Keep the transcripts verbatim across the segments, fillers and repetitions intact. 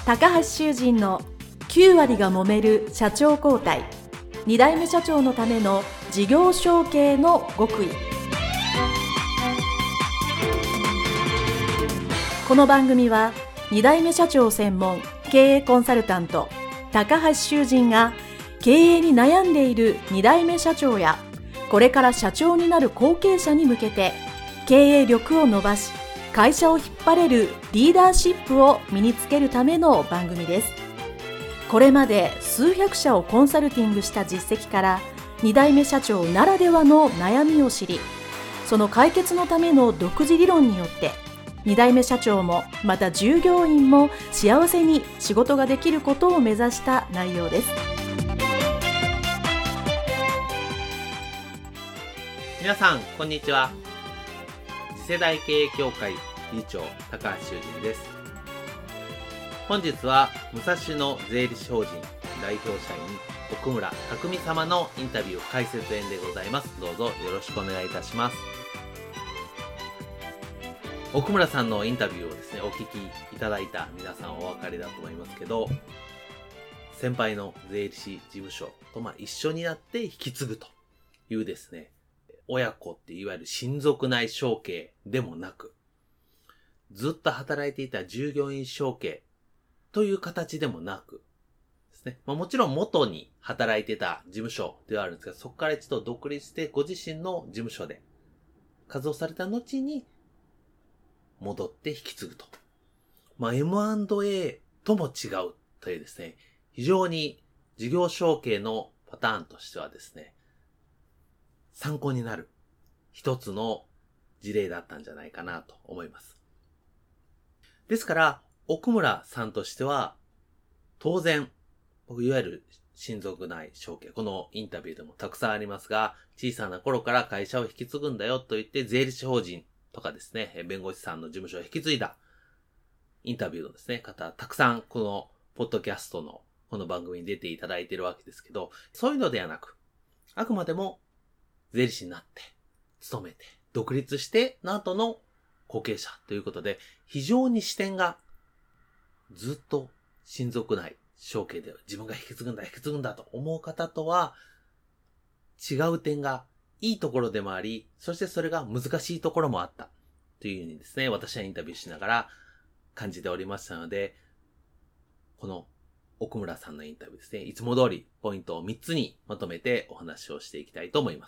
高橋修人のきゅう割が揉める社長交代、に代目社長のための事業承継の極意。この番組はに代目社長専門経営コンサルタント高橋修人が経営に悩んでいるに代目社長やこれから社長になる後継者に向けて経営力を伸ばし会社を引っ張れるリーダーシップを身につけるための番組です。これまで数百社をコンサルティングした実績からに代目社長ならではの悩みを知り、その解決のための独自理論によってに代目社長もまた従業員も幸せに仕事ができることを目指した内容です。 皆さんこんにちは。次世代経営協会理事長高橋修人です。本日は武蔵野税理士法人代表社員奥村匠様のインタビュー解説演でございます。どうぞよろしくお願いいたします。奥村さんのインタビューをですねお聞きいただいた皆さんお分かりだと思いますけど、先輩の税理士事務所とまあ一緒になって引き継ぐというですね、親子っていわゆる親族内承継でもなく、ずっと働いていた従業員承継という形でもなくですね、まあ、もちろん元に働いてた事務所ではあるんですが、そこから一度独立してご自身の事務所で活動された後に戻って引き継ぐと。まあ、エムアンドエー とも違うというですね、非常に事業承継のパターンとしてはですね、参考になる一つの事例だったんじゃないかなと思います。ですから、奥村さんとしては、当然、僕いわゆる親族内承継、このインタビューでもたくさんありますが、小さな頃から会社を引き継ぐんだよと言って税理士法人とかですね、弁護士さんの事務所を引き継いだインタビューのですね、方、たくさんこのポッドキャストのこの番組に出ていただいているわけですけど、そういうのではなく、あくまでも税理士になって、勤めて、独立しての後の後継者ということで、非常に視点がずっと親族内承継で自分が引き継ぐんだ、引き継ぐんだと思う方とは違う点がいいところでもあり、そしてそれが難しいところもあったというふうにですね、私はインタビューしながら感じておりましたので、この奥村さんのインタビューですね、いつも通りポイントをみっつにまとめてお話をしていきたいと思います。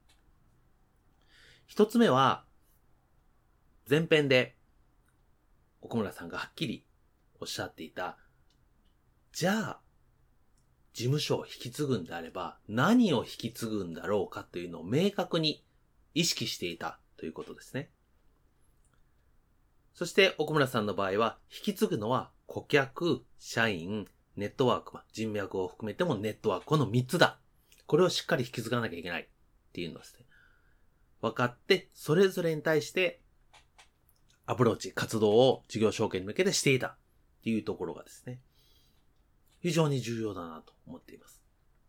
一つ目は、前編で奥村さんがはっきりおっしゃっていた、じゃあ、事務所を引き継ぐんであれば何を引き継ぐんだろうかというのを明確に意識していたということですね。そして奥村さんの場合は、引き継ぐのは顧客、社員、ネットワーク、人脈を含めてもネットワーク、このみっつだ。これをしっかり引き継がなきゃいけないっていうのですね。分かって、それぞれに対してアプローチ、活動を事業承継に向けてしていたっていうところがですね、非常に重要だなと思っています。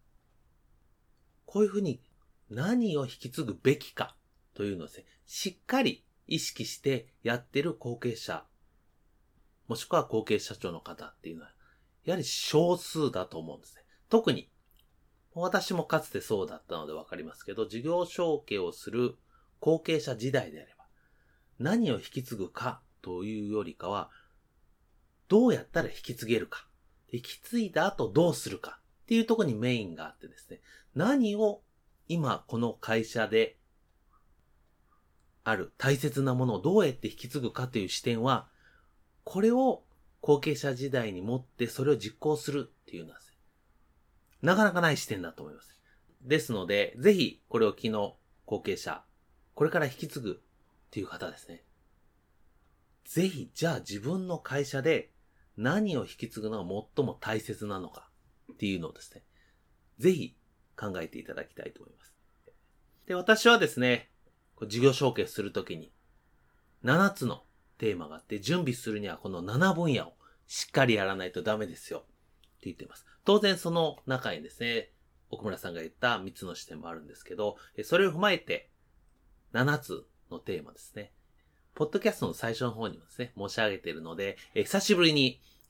こういうふうに何を引き継ぐべきかというのをですね、しっかり意識してやってる後継者、もしくは後継社長の方っていうのは、やはり少数だと思うんですね。特に、私もかつてそうだったのでわかりますけど、事業承継をする後継者時代であれば、何を引き継ぐかというよりかは、どうやったら引き継げるか、引き継いだ後どうするかっていうところにメインがあってですね、何を今この会社である大切なものをどうやって引き継ぐかという視点は、これを後継者時代に持ってそれを実行するっていうのはですね、なかなかない視点だと思います。ですので、ぜひこれを機の後継者、これから引き継ぐっていう方ですね。ぜひ、じゃあ自分の会社で何を引き継ぐのが最も大切なのかっていうのをですね、ぜひ考えていただきたいと思います。で、私はですね、事業承継するときにななつのテーマがあって、準備するにはこのなな分野をしっかりやらないとダメですよって言っています。当然その中にですね、奥村さんが言ったみっつの視点もあるんですけど、それを踏まえてななつのテーマですね。ポッドキャストの最初の方にもですね、申し上げているので、久しぶりに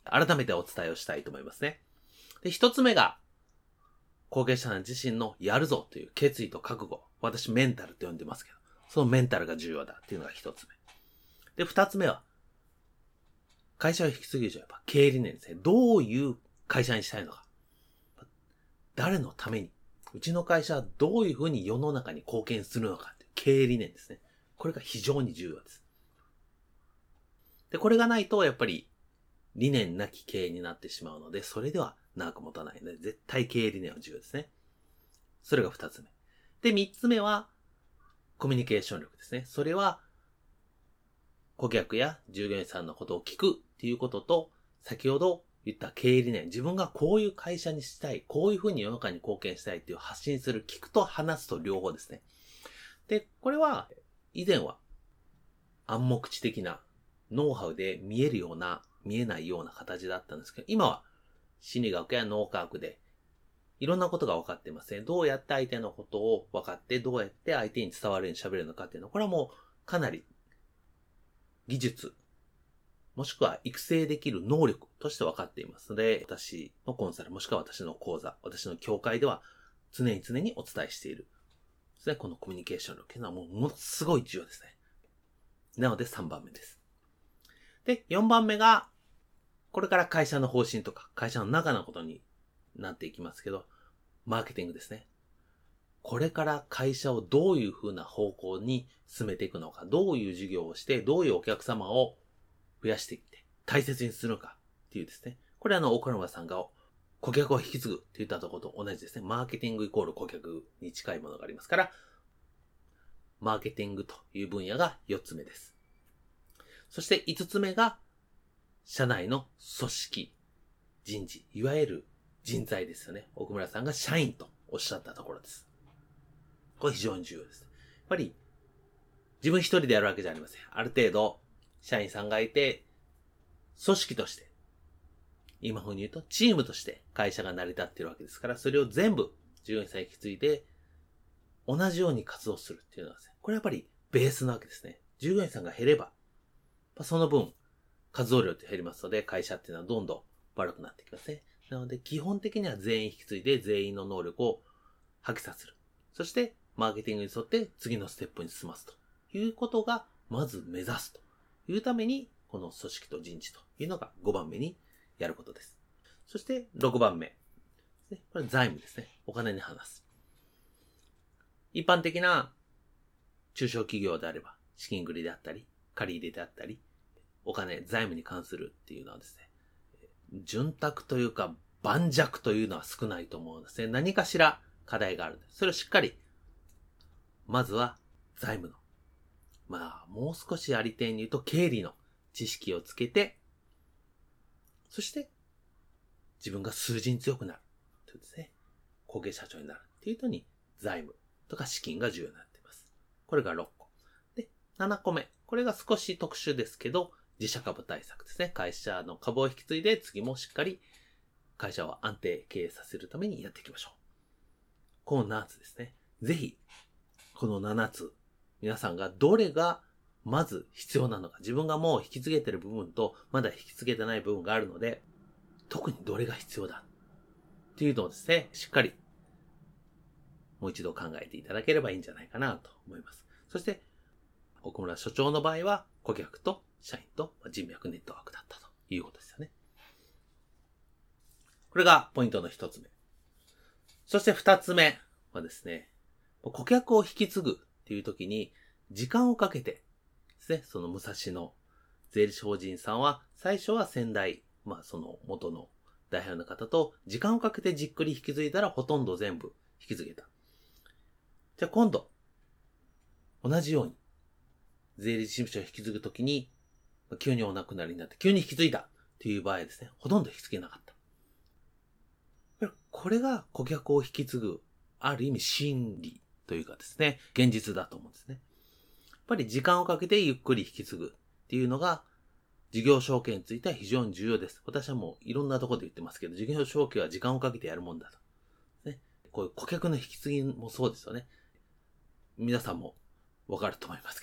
改めてお伝えをしたいと思いますね。で、一つ目が、後継者さん自身のやるぞという決意と覚悟。私メンタルって呼んでますけど、そのメンタルが重要だっていうのが一つ目。で、二つ目は、会社を引き継ぎじゃやっぱ経営理念ですね。どういう会社にしたいのか。誰のために、うちの会社はどういうふうに世の中に貢献するのかっていう経営理念ですね。これが非常に重要です。で、これがないとやっぱり理念なき経営になってしまうので、それでは長く持たないので、絶対経営理念は重要ですね。それが二つ目。で、三つ目はコミュニケーション力ですね。それは顧客や従業員さんのことを聞くっていうことと、先ほど言った経営理念、自分がこういう会社にしたい、こういうふうに世の中に貢献したいっていう発信する、聞くと話すと両方ですね。で、これは以前は暗黙知的なノウハウで見えるような、見えないような形だったんですけど、今は心理学や脳科学でいろんなことが分かってますね。どうやって相手のことを分かって、どうやって相手に伝わるように喋るのかっていうのは、これはもうかなり技術、もしくは育成できる能力として分かっていますので、私のコンサル、もしくは私の講座、私の教会では常に常にお伝えしている。ですね。このコミュニケーション力というのはもうものすごい重要ですね。なのでさんばんめです。で、よんばんめが、これから会社の方針とか、会社の中のことになっていきますけど、マーケティングですね。これから会社をどういうふうな方向に進めていくのか、どういう事業をして、どういうお客様を増やしていって、大切にするのかっていうですね。これはあの、岡村さんが顧客を引き継ぐって言ったところと同じですね。マーケティングイコール顧客に近いものがありますから、マーケティングという分野がよっつめです。そしていつつめが、社内の組織、人事、いわゆる人材ですよね。奥村さんが社員とおっしゃったところです。これ非常に重要です。やっぱり、自分一人でやるわけじゃありません。ある程度、社員さんがいて、組織として、今風に言うとチームとして会社が成り立っているわけですから、それを全部従業員さんに引き継いで、同じように活動するっていうのはですね、これやっぱりベースなわけですね。従業員さんが減れば、その分、活動量って減りますので、会社っていうのはどんどん悪くなってきますね。なので、基本的には全員引き継いで、全員の能力を発揮させる。そして、マーケティングに沿って次のステップに進ますということが、まず目指すというために、この組織と人事というのがごばんめにやることです。そして、ろくばんめ。これ財務ですね。お金に話す。一般的な中小企業であれば、資金繰りであったり、借り入れであったり、お金、財務に関するっていうのはですね、潤沢というか盤石というのは少ないと思うんですね。何かしら課題がある。それをしっかり、まずは財務の、まあ、もう少しありていに言うと経理の知識をつけて、そして自分が数字に強くなるというですね、後継社長になるっていうとに財務とか資金が重要になっています。これがろっこ。で、ななこめ。これが少し特殊ですけど、自社株対策ですね。会社の株を引き継いで次もしっかり会社を安定経営させるためにやっていきましょう。このななつですね。ぜひ、このななつ、皆さんがどれがまず必要なのか、自分がもう引き継げてる部分とまだ引き継げてない部分があるので、特にどれが必要だっていうのをですね、しっかりもう一度考えていただければいいんじゃないかなと思います。そして、奥村所長の場合は顧客と社員と人脈ネットワークだったということですよね。これがポイントの一つ目。そして二つ目はですね、顧客を引き継ぐっていう時に時間をかけてですね、その武蔵野税理士法人さんは最初は先代、まあその元の代表の方と時間をかけてじっくり引き継いだらほとんど全部引き継げた。じゃあ今度、同じように税理士事務所を引き継ぐときに急にお亡くなりになって急に引き継いだっていう場合ですね、ほとんど引き継げなかった。これが顧客を引き継ぐ、ある意味心理というかですね、現実だと思うんですね。やっぱり時間をかけてゆっくり引き継ぐっていうのが、事業承継については非常に重要です。私はもういろんなところで言ってますけど、事業承継は時間をかけてやるもんだと。ね、こういう顧客の引き継ぎもそうですよね。皆さんもわかると思いますけど、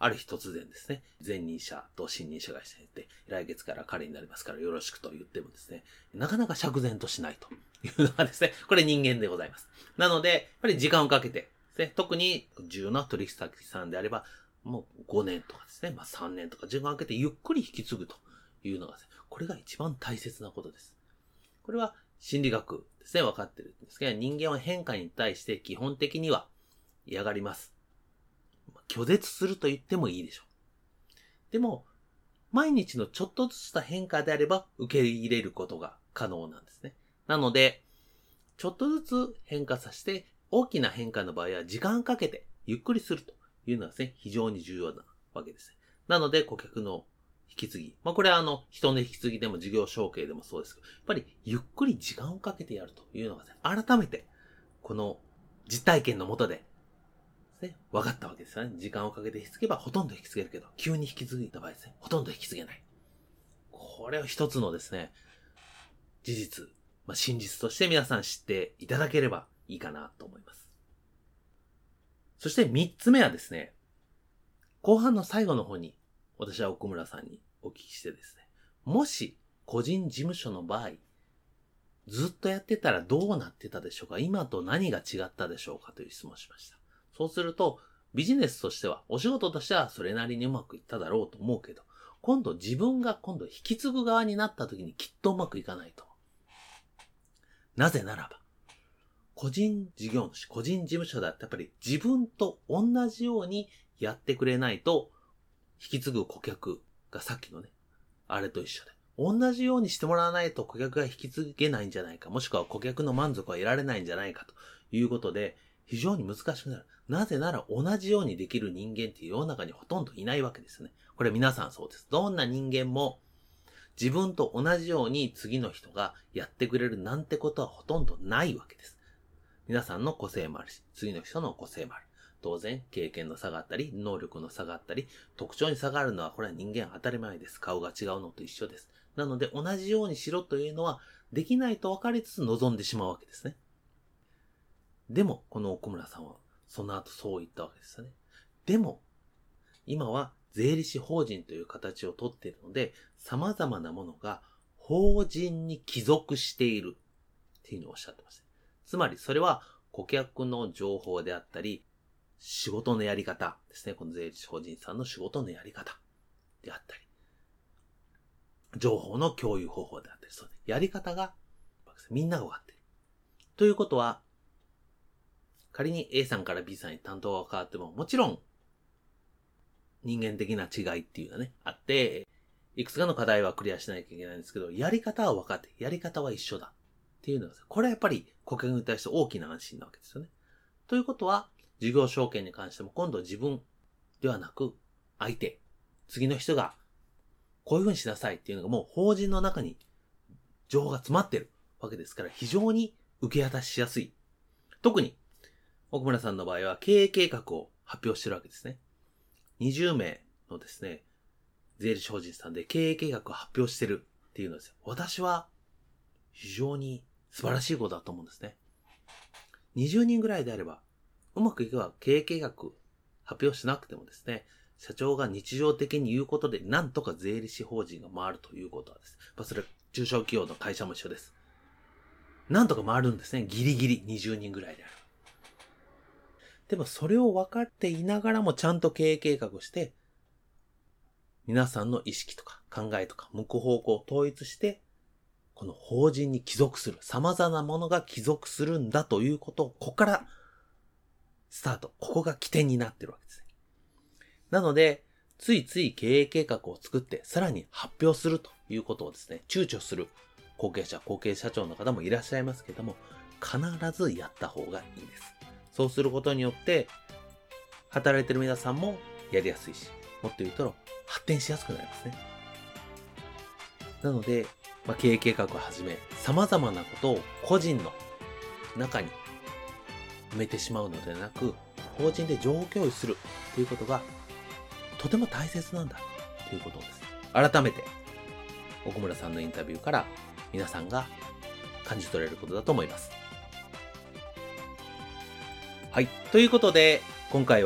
ある日突然ですね、前任者と新任者がして、来月から彼になりますからよろしくと言ってもですね、なかなか釈然としないというのがですね、これ人間でございます。なので、やっぱり時間をかけてですね、特に重要な取引先さんであれば、もうごねんとかですね、まあさんねんとか時間をかけてゆっくり引き継ぐというのがですね、これが一番大切なことです。これは心理学ですね、分かってるんですけど、人間は変化に対して基本的には嫌がります。拒絶すると言ってもいいでしょう。でも、毎日のちょっとずつした変化であれば受け入れることが可能なんですね。なので、ちょっとずつ変化させて、大きな変化の場合は時間かけてゆっくりするというのはですね、非常に重要なわけですね。なので、顧客の引き継ぎ。まあ、これはあの、人の引き継ぎでも事業承継でもそうですけど、やっぱりゆっくり時間をかけてやるというのがですね、改めて、この実体験の下で、ね、分かったわけですよね。時間をかけて引き継げばほとんど引き継げるけど、急に引き継いだ場合ですね、ほとんど引き継げない。これを一つのですね、事実、まあ、真実として皆さん知っていただければいいかなと思います。そして三つ目はですね、後半の最後の方に私は奥村さんにお聞きしてですね、もし個人事務所の場合、ずっとやってたらどうなってたでしょうか、今と何が違ったでしょうかという質問をしました。そうすると、ビジネスとしては、お仕事としてはそれなりにうまくいっただろうと思うけど、今度自分が今度引き継ぐ側になった時にきっとうまくいかないと。なぜならば、個人事業主、個人事務所だってやっぱり自分と同じようにやってくれないと、引き継ぐ顧客がさっきのね、あれと一緒で。同じようにしてもらわないと顧客が引き継げないんじゃないか、もしくは顧客の満足は得られないんじゃないかということで、非常に難しくなる。なぜなら同じようにできる人間っていう世の中にほとんどいないわけですよね。これ皆さんそうです。どんな人間も自分と同じように次の人がやってくれるなんてことはほとんどないわけです。皆さんの個性もあるし、次の人の個性もある。当然、経験の差があったり、能力の差があったり、特徴に差があるのはこれは人間当たり前です。顔が違うのと一緒です。なので同じようにしろというのはできないと分かりつつ望んでしまうわけですね。でも、この奥村さんはその後そう言ったわけですよね。でも、今は税理士法人という形をとっているので、様々なものが法人に帰属しているっていうのをおっしゃってました。つまりそれは顧客の情報であったり、仕事のやり方ですね。この税理士法人さんの仕事のやり方であったり、情報の共有方法であったり、そうやり方がみんなが分かっている。ということは、仮に A さんから B さんに担当が変わっても、もちろん人間的な違いっていうのはね、あって、いくつかの課題はクリアしなきゃいけないんですけど、やり方は分かって、やり方は一緒だっていうのは、これはやっぱり顧客に対して大きな安心なわけですよね。ということは、事業承継に関しても今度自分ではなく、相手、次の人がこういうふうにしなさいっていうのがもう法人の中に情報が詰まってるわけですから、非常に受け渡しやすい。特に、奥村さんの場合は経営計画を発表してるわけですね。にじゅうめいのですね、税理士法人さんで経営計画を発表してるっていうのですよ。私は非常に素晴らしいことだと思うんですね。にじゅうにんぐらいであれば、うまくいけば経営計画発表しなくてもですね、社長が日常的に言うことで、なんとか税理士法人が回るということはです。まあ、それは中小企業の会社も一緒です。なんとか回るんですね。ギリギリにじゅうにんぐらいである。でもそれを分かっていながらもちゃんと経営計画をして、皆さんの意識とか考えとか向く方向を統一して、この法人に帰属する、様々なものが帰属するんだということを、ここからスタート。ここが起点になってるわけですね。なので、ついつい経営計画を作って、さらに発表するということをですね、躊躇する後継者、後継社長の方もいらっしゃいますけども、必ずやった方がいいんです。そうすることによって、働いてる皆さんもやりやすいし、もっと言うと発展しやすくなりますね。なので、まあ、経営計画をはじめ、様々なことを個人の中に埋めてしまうのではなく、法人で情報共有するということがとても大切なんだということです。改めて、奥村さんのインタビューから皆さんが感じ取れることだと思います。はい。ということで、今回は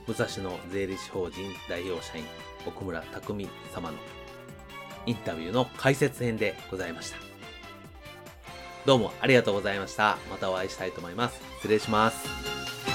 武蔵野税理士法人代表社員奥村匠様のインタビューの解説編でございました。どうもありがとうございました。またお会いしたいと思います。失礼します。